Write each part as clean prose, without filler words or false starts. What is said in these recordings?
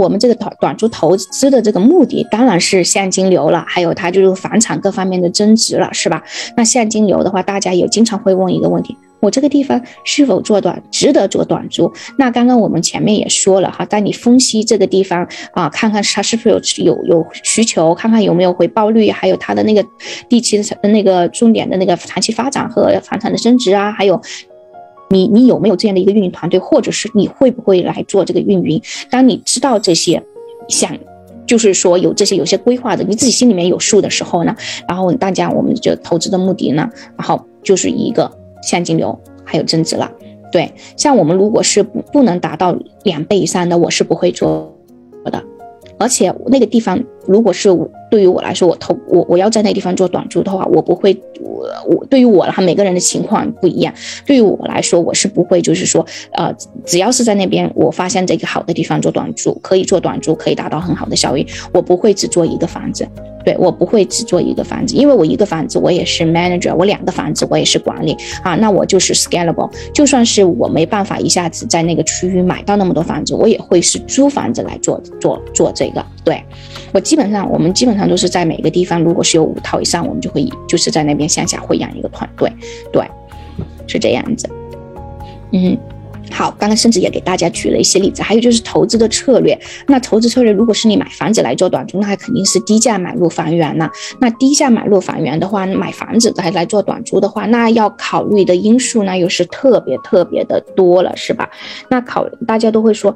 我们这个短租投资的这个目的当然是现金流了，还有它就是房产各方面的增值了，是吧？那现金流的话，大家也经常会问一个问题，我这个地方是否值得做短租？那刚刚我们前面也说了哈，当你分析这个地方啊，看看它是不是有需求，看看有没有回报率，还有它的那个地期的那个重点的那个长期发展和房产的增值啊，还有你有没有这样的一个运营团队，或者是你会不会来做这个运营？当你知道这些，就是说有些规划的，你自己心里面有数的时候呢，然后大家我们就投资的目的呢，然后就是一个现金流还有增值了。对，像我们如果是不能达到2倍以上的，我是不会做的。而且那个地方如果是对于我来说，我要在那个地方做短租的话，我不会，我对于我了，每个人的情况不一样。对于我来说，我是不会，就是说，只要是在那边我发现这个好的地方做短租，可以做短租，可以达到很好的效益，我不会只做一个房子。对，我不会只做一个房子，因为我一个房子我也是 manager， 我2个房子我也是管理啊，那我就是 scalable。就算是我没办法一下子在那个区域买到那么多房子，我也会是租房子来做这个。对，我们基本上都是在每个地方，如果是有5套以上，我们就会就是在那边线下会养一个团队。对，是这样子。好，刚刚甚至也给大家举了一些例子，还有就是投资的策略。那投资策略，如果是你买房子来做短租，那肯定是低价买入房源了。那低价买入房源的话，买房子来做短租的话，那要考虑的因素呢，又是特别的多了，是吧？那大家都会说，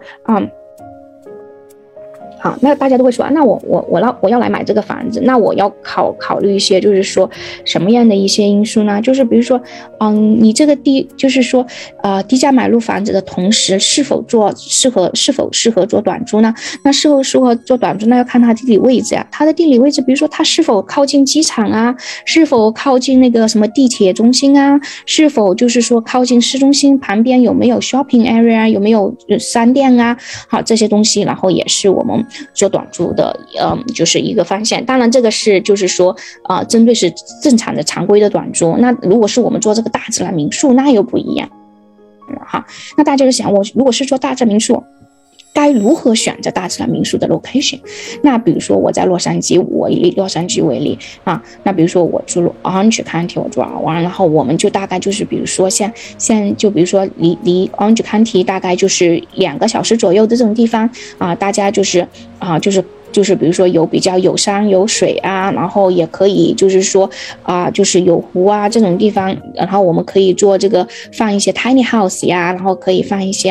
好，那大家都会说，那我要来买这个房子，那我要考虑一些，就是说什么样的一些因素呢？就是比如说，你这个就是说，低价买入房子的同时，是否适合做短租呢？那适合做短租，那要看它的地理位置啊。它的地理位置，比如说它是否靠近机场啊，是否靠近那个什么地铁中心啊，是否就是说靠近市中心旁边有没有 shopping area， 有没有商店啊？好，这些东西，然后也是我们做短租的，就是一个方向。当然，这个是就是说，针对是正常的常规的短租。那如果是我们做这个大自然民宿，那又不一样。好，那大家就想，我如果是做大自然民宿，该如何选择大自然民宿的 location？ 那比如说我在洛杉矶，我以洛杉矶为例啊，那比如说我住 Orange County， 我住尔湾，然后我们就大概就是比如说像就比如说离 Orange County 大概就是2个小时左右的这种地方啊，大家就是比如说比较有山有水啊，然后也可以就是说就是有湖啊这种地方，然后我们可以做这个放一些 tiny house 呀，然后可以放一些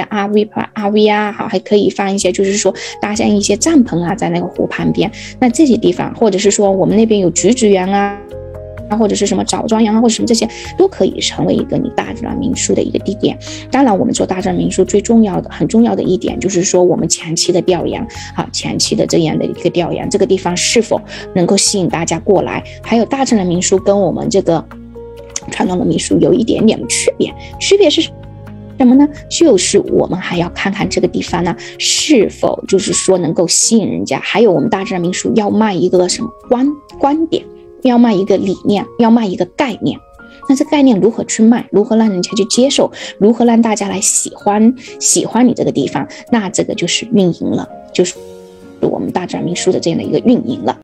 RV 啊，好，还可以放一些就是说搭建一些帐篷啊在那个湖旁边。那这些地方，或者是说我们那边有橘子园啊，或者是什么枣庄园啊，或者什么这些都可以成为一个你大自然民宿的一个地点。当然我们做大自然民宿很重要的一点就是说我们前期的调研前期的这样的一个调研，这个地方是否能够吸引大家过来。还有大自然民宿跟我们这个传统的民宿有一点点区别是什么呢？就是我们还要看看这个地方呢是否就是说能够吸引人家，还有我们大自然民宿要卖一个什么观点，要卖一个理念，要卖一个概念。那这概念如何去卖，如何让人家去接受，如何让大家来喜欢你这个地方，那这个就是运营了，就是我们大自然民宿的这样的一个运营了。